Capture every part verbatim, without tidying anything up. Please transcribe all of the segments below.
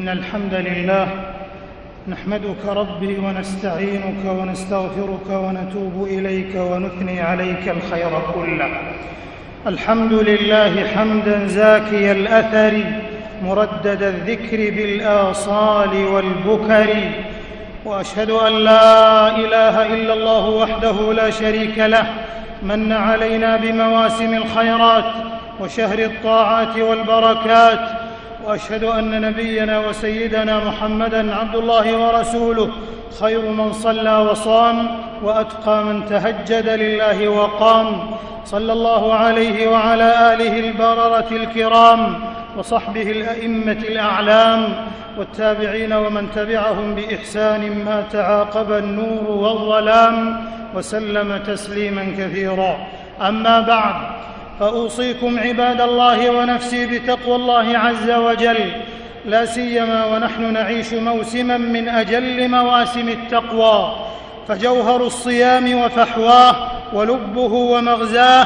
الحمد لله نحمدك ربي ونستعينك ونستغفرك ونتوب إليك ونثني عليك الخير كله. الحمد لله حمدا زاكي الأثر مردد الذكر بالآصال والبكر، وأشهد أن لا إله إلا الله وحده لا شريك له من علينا بمواسم الخيرات وشهر الطاعات والبركات، وأشهد أن نبينا وسيدنا محمدًا عبد الله ورسوله خير من صلى وصام وأتقى من تهجد لله وقام، صلى الله عليه وعلى آله البررة الكرام وصحبه الأئمة الأعلام والتابعين ومن تبعهم بإحسان ما تعاقب النور والظلام، وسلم تسليماً كثيراً. أما بعد، فأوصيكم عباد الله ونفسي بتقوى الله عز وجل، لا سيما ونحن نعيش موسماً من أجل مواسم التقوى، فجوهر الصيام وفحواه ولبه ومغزاه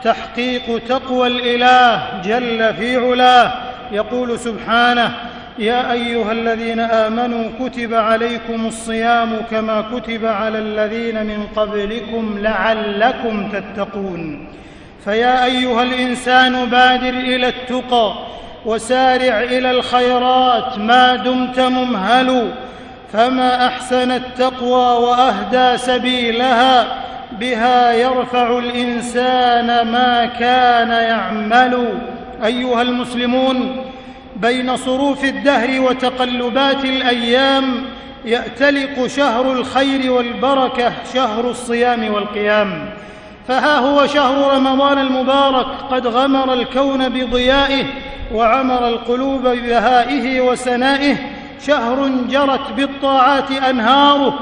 تحقيق تقوى الإله جل في علاه. يقول سبحانه: يا أيها الذين آمنوا كتب عليكم الصيام كما كتب على الذين من قبلكم لعلكم تتقون. فيا أيها الإنسان بادر إلى التقى وسارع إلى الخيرات ما دمت ممهل، فما أحسن التقوى وأهدى سبيلها، بها يرفع الإنسان ما كان يعمل. أيها المسلمون، بين صروف الدهر وتقلبات الأيام يأتلق شهر الخير والبركة، شهر الصيام والقيام. فها هو شهر رمضان المبارك قد غمر الكون بضيائه وعمر القلوب ببهائه وسنائه، شهر جرت بالطاعات أنهاره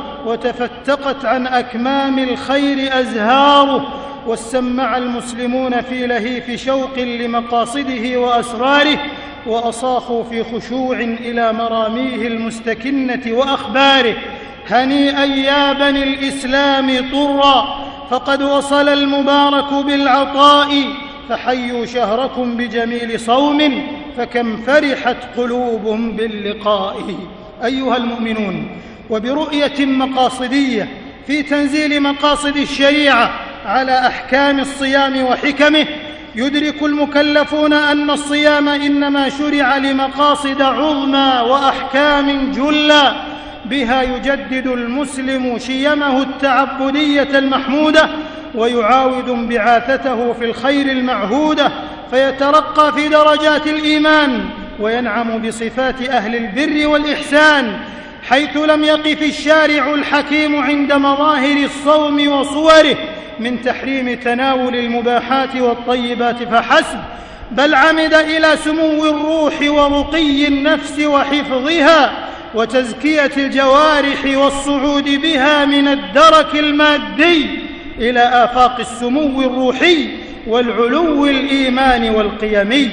وتفتقت عن أكمام الخير أزهاره، واستمع المسلمون في لهيف شوق لمقاصده وأسراره، وأصاخوا في خشوع إلى مراميه المستكنة وأخباره: هنيئا يا بني الإسلام طرا، فقد وصل المبارك بالعطاء، فحيوا شهركم بجميل صوم، فكم فرحت قلوبهم باللقاء. أيها المؤمنون، وبرؤية مقاصدية في تنزيل مقاصد الشريعة على أحكام الصيام وحكمه، يدرك المكلفون أن الصيام إنما شرع لمقاصد عظمى وأحكام جلّى، بها يجدد المسلم شيمه التعبدية المحمودة، ويعاود انبعاثته في الخير المعهودة، فيترقى في درجات الإيمان وينعم بصفات أهل البر والإحسان، حيث لم يقف الشارع الحكيم عند مظاهر الصوم وصوره من تحريم تناول المباحات والطيبات فحسب، بل عمد إلى سمو الروح ورقي النفس وحفظها وتزكية الجوارح والصعود بها من الدرك المادي إلى آفاق السمو الروحي والعلو الإيماني والقيمي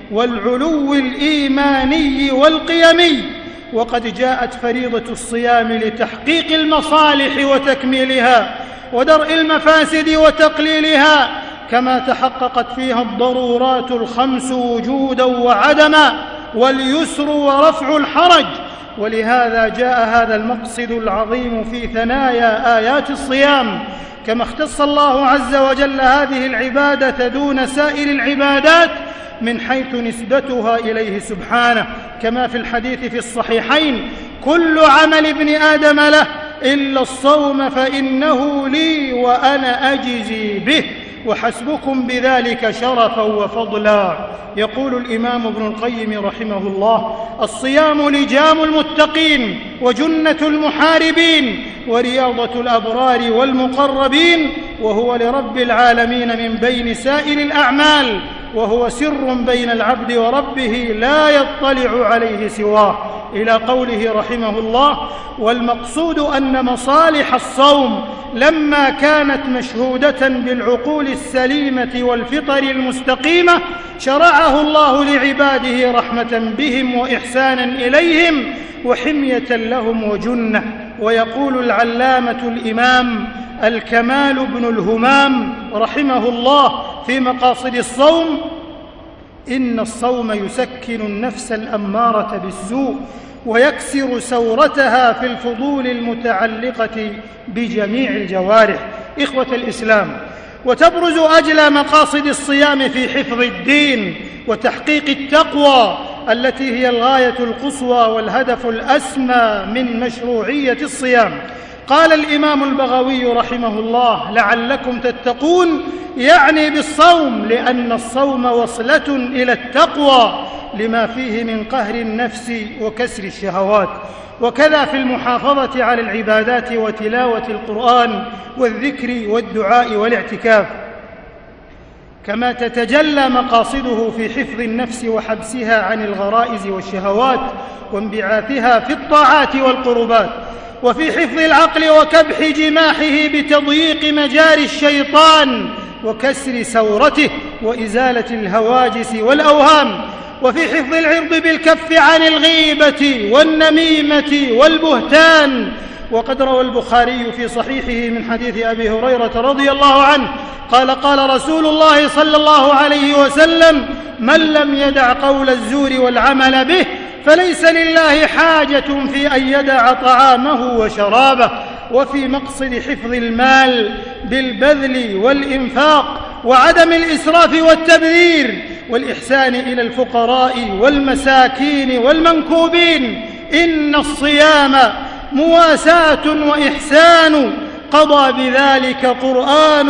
والعلو الإيماني والقيمي. وقد جاءت فريضة الصيام لتحقيق المصالح وتكميلها ودرء المفاسد وتقليلها، كما تحققت فيها الضرورات الخمس وجودا وعدما، واليسر ورفع الحرج. ولهذا جاء هذا المقصد العظيم في ثنايا آيات الصيام، كما اختص الله عز وجل هذه العبادة دون سائر العبادات من حيث نسبتها إليه سبحانه، كما في الحديث في الصحيحين: كل عمل ابن آدم له إلا الصوم فإنه لي وأنا أجزي به، وحسبكم بذلك شرفا وفضلا. يقول الإمام ابن القيم رحمه الله: الصيام لجام المتقين وجنة المحاربين ورياضة الأبرار والمقربين، وهو لرب العالمين من بين سائر الأعمال، وهو سر بين العبد وربه لا يطلع عليه سواه، إلى قوله رحمه الله: والمقصود أن مصالح الصوم لما كانت مشهودة بالعقول السليمة والفطر المستقيمة شرعه الله لعباده رحمة بهم وإحسانا إليهم وحمية لهم وجنة. ويقول العلامة الإمام الكمال بن الهمام رحمه الله في مقاصد الصوم: إن الصوم يسكن النفس الأمارة بالسوء ويكسر سورتها في الفضول المتعلقة بجميع الجوارح. إخوة الإسلام، وتبرز أجلى مقاصد الصيام في حفظ الدين وتحقيق التقوى التي هي الغاية القصوى والهدف الأسمى من مشروعية الصيام. قال الإمام البغوي رحمه الله: لعلكم تتقون، يعني بالصوم، لأن الصوم وصلة إلى التقوى لما فيه من قهر النفس وكسر الشهوات. وكذا في المحافظة على العبادات وتلاوة القرآن والذكر والدعاء والاعتكاف، كما تتجلى مقاصده في حفظ النفس وحبسها عن الغرائز والشهوات وانبعاثها في الطاعات والقربات، وفي حفظ العقل وكبح جماحه بتضييق مجاري الشيطان وكسر سورته وإزالة الهواجس والأوهام، وفي حفظ العرض بالكف عن الغيبة والنميمة والبهتان. وقد روى البخاري في صحيحه من حديث أبي هريرة رضي الله عنه قال: قال رسول الله صلى الله عليه وسلم: من لم يدع قول الزور والعمل به فليس لله حاجة في أن يدع طعامه وشرابه. وفي مقصد حفظ المال بالبذل والإنفاق وعدم الإسراف والتبذير والإحسان إلى الفقراء والمساكين والمنكوبين، إن الصيام مواساة وإحسان، قضى بذلك قرآن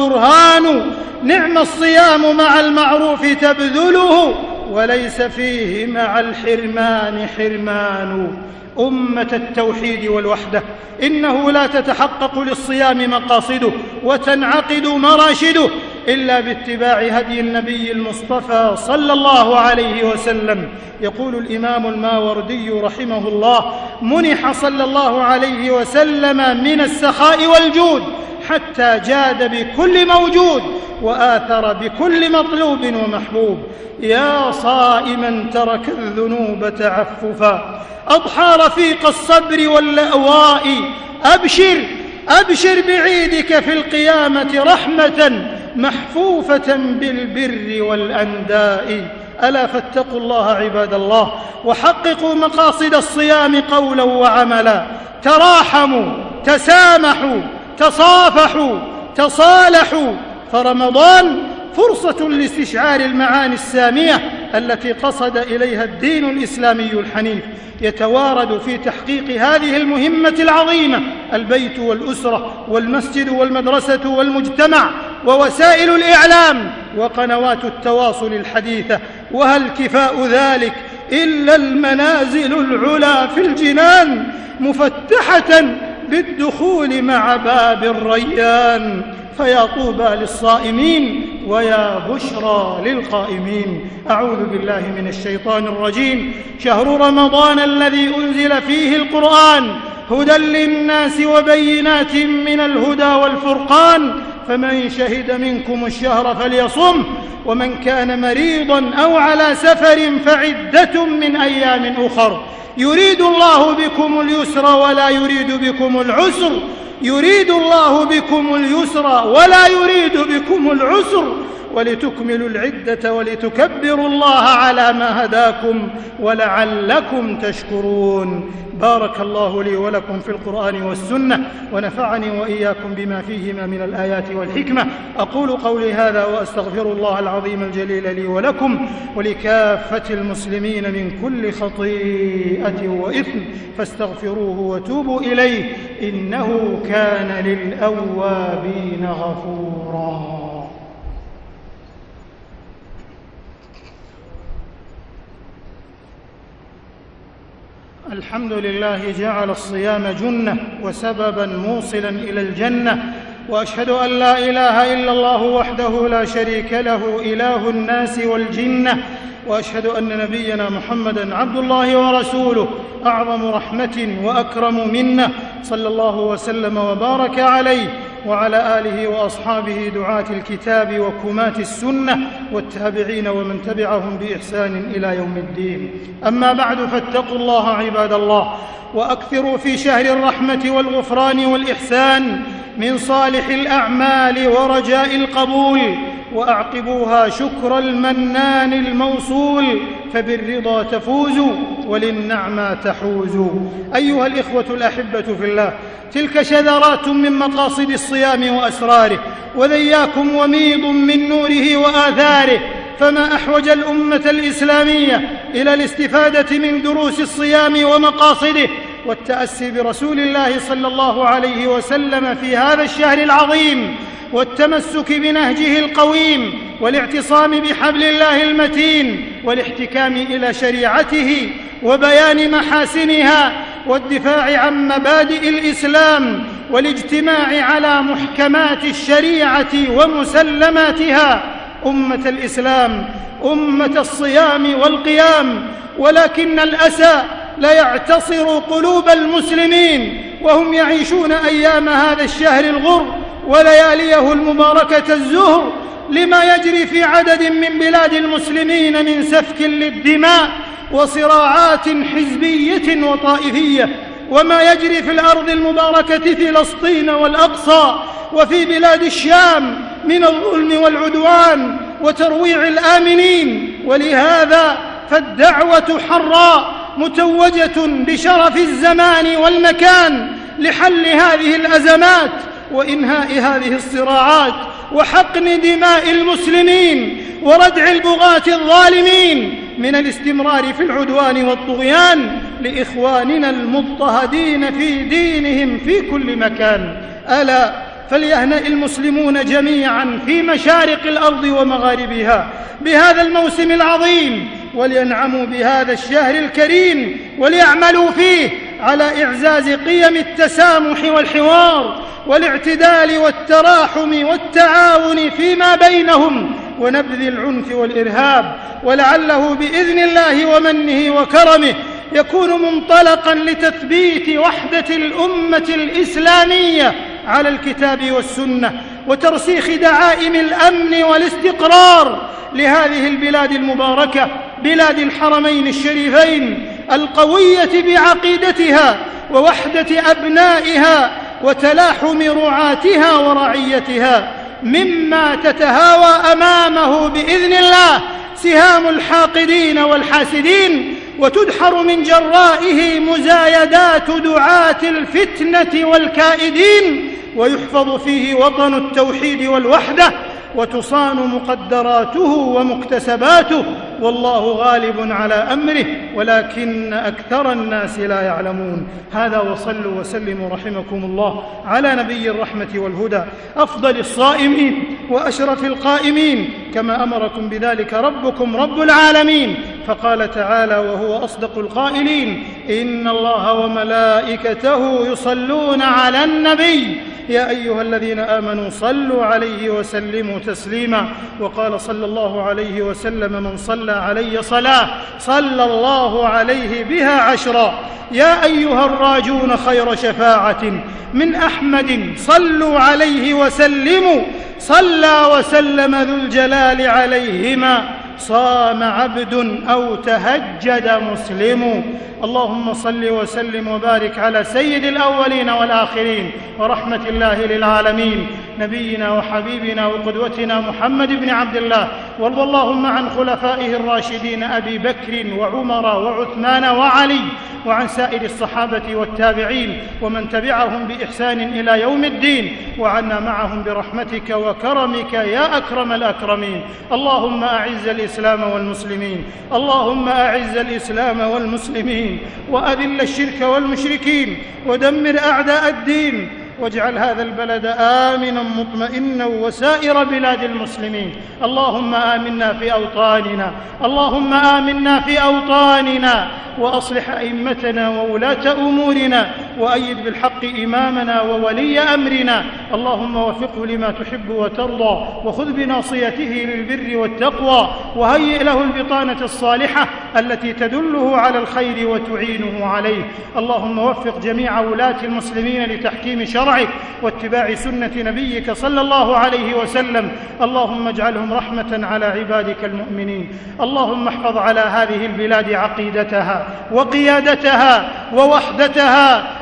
وبرهان. نعم الصيام مع المعروف تبذله، وليس فيه مع الحرمان حرمان. أمة التوحيد والوحدة، إنه لا تتحقق للصيام مقاصده وتنعقد مراشده إلا باتباع هدي النبي المصطفى صلى الله عليه وسلم. يقول الإمام الماوردي رحمه الله: منح صلى الله عليه وسلم من السخاء والجود حتى جاد بكل موجود وآثر بكل مطلوب ومحبوب. يا صائما ترك الذنوب تعففا، أضحى رفيق الصبر واللأواء، أبشر أبشر بعيدك في القيامة رحمة محفوفة بالبر والأنداء. ألا فاتقوا الله عباد الله، وحققوا مقاصد الصيام قولا وعملا. تراحموا، تسامحوا، تصافحوا، تصالحوا، فرمضان فرصة لاستشعار المعاني السامية التي قصد إليها الدين الإسلامي الحنيف، يتوارد في تحقيق هذه المهمة العظيمة البيت والأسرة والمسجد والمدرسة والمجتمع ووسائل الإعلام وقنوات التواصل الحديثة. وهل كفاء ذلك إلا المنازل العلى في الجنان مفتحة بالدخول مع باب الريان، فيا طوبى للصائمين ويا بشرى للقائمين. أعوذ بالله من الشيطان الرجيم. شهر رمضان الذي أنزل فيه القرآن هدى للناس وبينات من الهدى والفرقان، فمن شهد منكم الشهر فليصم، ومن كان مريضا أو على سفر فعدة من أيام أخر. يريد الله بكم اليسر ولا يريد بكم العسر، يريد الله بكم اليسر ولا يريد بكم العسر، ولتكملوا العدة ولتكبروا الله على ما هداكم ولعلكم تشكرون. بارك الله لي ولكم في القرآن والسنة، ونفعني وإياكم بما فيهما من الآيات والحكمة. أقول قولي هذا وأستغفر الله العظيم الجليل لي ولكم ولكافة المسلمين من كل خطيئة وإثم، فاستغفروه وتوبوا إليه، إنه كان للأوابين غفورا. الحمد لله جعل الصيام جنة وسببا موصلا إلى الجنة، وأشهد أن لا إله إلا الله وحده لا شريك له إله الناس والجنة، وأشهد أن نبينا محمدًا عبد الله ورسوله أعظم رحمة وأكرم منة، صلى الله وسلم وبارك عليه وعلى آله وأصحابه دعاة الكتاب وكماة السنة والتابعين ومن تبعهم بإحسان إلى يوم الدين. أما بعد، فاتقوا الله عباد الله، وأكثروا في شهر الرحمة والغفران والإحسان من صالح الأعمال ورجاء القبول، وأعقبوها شكر المنان الموصول، فبالرضا تفوز وللنعمى تحوز. أيها الإخوة الأحبة في الله، تلك شذرات من مقاصد الصيام وأسراره، وذياكم وميض من نوره وآثاره. فما أحوج الأمة الإسلامية إلى الاستفادة من دروس الصيام ومقاصده، والتأسي برسول الله صلى الله عليه وسلم في هذا الشهر العظيم، والتمسك بنهجه القويم، والاعتصام بحبل الله المتين، والاحتكام إلى شريعته وبيان محاسنها، والدفاع عن مبادئ الإسلام، والاجتماع على محكمات الشريعة ومسلماتها. أمة الإسلام، أمة الصيام والقيام، ولكن الأسى لا يعتصر قلوب المسلمين وهم يعيشون أيام هذا الشهر الغر ولياليه المباركة الزهر لما يجري في عدد من بلاد المسلمين من سفك للدماء وصراعات حزبية وطائفية، وما يجري في الأرض المباركة فلسطين والأقصى وفي بلاد الشام من الظلم والعدوان وترويع الآمنين. ولهذا فالدعوة حراء متوجة بشرف الزمان والمكان لحل هذه الأزمات وإنهاء هذه الصراعات وحقن دماء المسلمين وردع البغاة الظالمين من الاستمرار في العدوان والطغيان لإخواننا المضطهدين في دينهم في كل مكان. ألا فليهنأ المسلمون جميعا في مشارق الأرض ومغاربها بهذا الموسم العظيم، ولينعموا بهذا الشهر الكريم، وليعملوا فيه على إعزاز قيم التسامح والحوار والاعتدال والتراحم والتعاون فيما بينهم، ونبذ العنف والإرهاب، ولعله بإذن الله ومنه وكرمه يكون منطلقا لتثبيت وحدة الأمة الإسلامية على الكتاب والسنة، وترسيخ دعائم الأمن والاستقرار لهذه البلاد المباركة، بلاد الحرمين الشريفين القوية بعقيدتها ووحدة أبنائها وتلاحم رعاتها ورعيتها، مما تتهاوى أمامه بإذن الله سهام الحاقدين والحاسدين، وتدحر من جرائه مزايدات دعاة الفتنة والكائدين، ويحفظ فيه وطن التوحيد والوحدة، وتصان مقدراته ومكتسباته، والله غالب على أمره ولكن أكثر الناس لا يعلمون. هذا وصلوا وسلموا رحمكم الله على نبي الرحمة والهدى، أفضل الصائمين وأشرف القائمين، كما أمركم بذلك ربكم رب العالمين، فقال تعالى وهو أصدق القائلين: إن الله وملائكته يصلون على النبي يا أيها الذين آمنوا صلوا عليه وسلموا تسليما. وقال صلى الله عليه وسلم: من صلى علي صلاة صلى الله عليه بها عشرا. يا أيها الراجون خير شفاعة من أحمد صلوا عليه وسلموا، صلى وسلم ذو الجلال عليهما، صام عبد أو تهجد مسلم. اللهم صل وسلم وبارك على سيد الأولين والآخرين ورحمة الله للعالمين، نبينا وحبيبنا وقدوتنا محمد بن عبد الله. وارض اللهم عن خلفائه الراشدين أبي بكر وعمر وعثمان وعلي، وعن سائر الصحابة والتابعين ومن تبعهم بإحسان إلى يوم الدين، وعنا معهم برحمتك وكرمك يا أكرم الأكرمين. اللهم أعز الإسلام والمسلمين، اللهم أعز الإسلام والمسلمين، وأذل الشرك والمشركين، ودمر أعداء الدين، واجعل هذا البلد آمنا مطمئنا وسائر بلاد المسلمين. اللهم آمنا في أوطاننا، اللهم آمنا في أوطاننا، وأصلح أئمتنا وولاة أمورنا، وأيد بالحق إمامنا وولي أمرنا. اللهم وفقه لما تحب وترضى، وخذ بناصيته للبر والتقوى، وهيئ له البطانة الصالحة التي تدله على الخير وتعينه عليه. اللهم وفق جميع ولاة المسلمين لتحكيم شرعك واتباع سنة نبيك صلى الله عليه وسلم. اللهم اجعلهم رحمة على عبادك المؤمنين. اللهم احفظ على هذه البلاد عقيدتها وقيادتها ووحدتها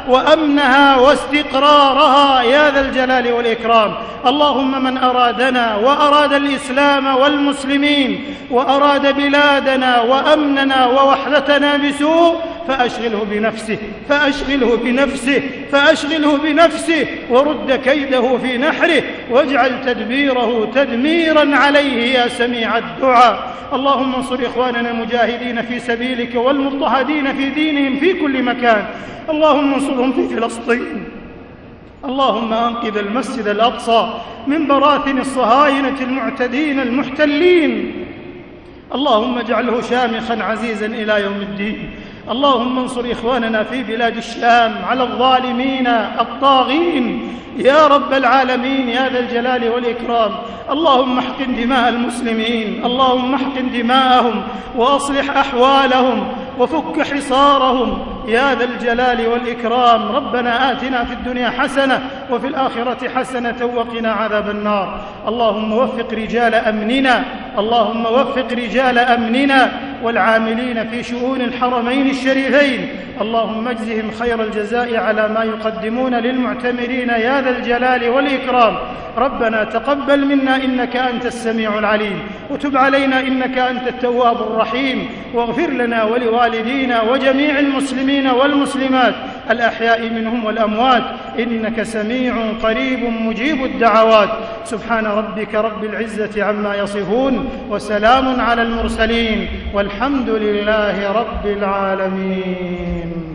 وأمنها واستقرارها يا ذا الجلال والإكرام. اللهم من أرادنا وأراد الإسلام والمسلمين وأراد بلادنا وأمننا ووحدتنا بسوء فأشغله بنفسه فأشغله بنفسه فأشغله بنفسه ورد كيده في نحره واجعل تدبيره تدميرا عليه يا سميع الدعاء. اللهم انصر إخواننا المجاهدين في سبيلك والمضطهدين في دينهم في كل مكان. اللهم انصرهم في فلسطين. اللهم أنقذ المسجد الأقصى من براثن الصهاينة المعتدين المحتلين. اللهم اجعله شامخا عزيزا إلى يوم الدين. اللهم انصر إخواننا في بلاد الشام على الظالمين الطاغين يا رب العالمين يا ذا الجلال والإكرام. اللهم احقن دماء المسلمين، اللهم احقن دماءهم وأصلح أحوالهم وفك حصارهم يا ذا الجلال والإكرام. ربنا آتنا في الدنيا حسنة وفي الآخرة حسنة وقنا عذاب النار. اللهم وفق رجال أمننا، اللهم وفق رجال أمننا والعاملين في شؤون الحرمين الشريفين. اللهم اجزهم خير الجزاء على ما يقدمون للمعتمرين يا ذا الجلال والإكرام. ربنا تقبل منا إنك أنت السميع العليم، وتب علينا إنك أنت التواب الرحيم، واغفر لنا ولوالدينا وجميع المسلمين والمسلمات الأحياء منهم والأموات إنك سميع قريب مجيب الدعوات. سبحان ربك رب العزة عما يصفون وسلام على المرسلين والحمد لله رب العالمين.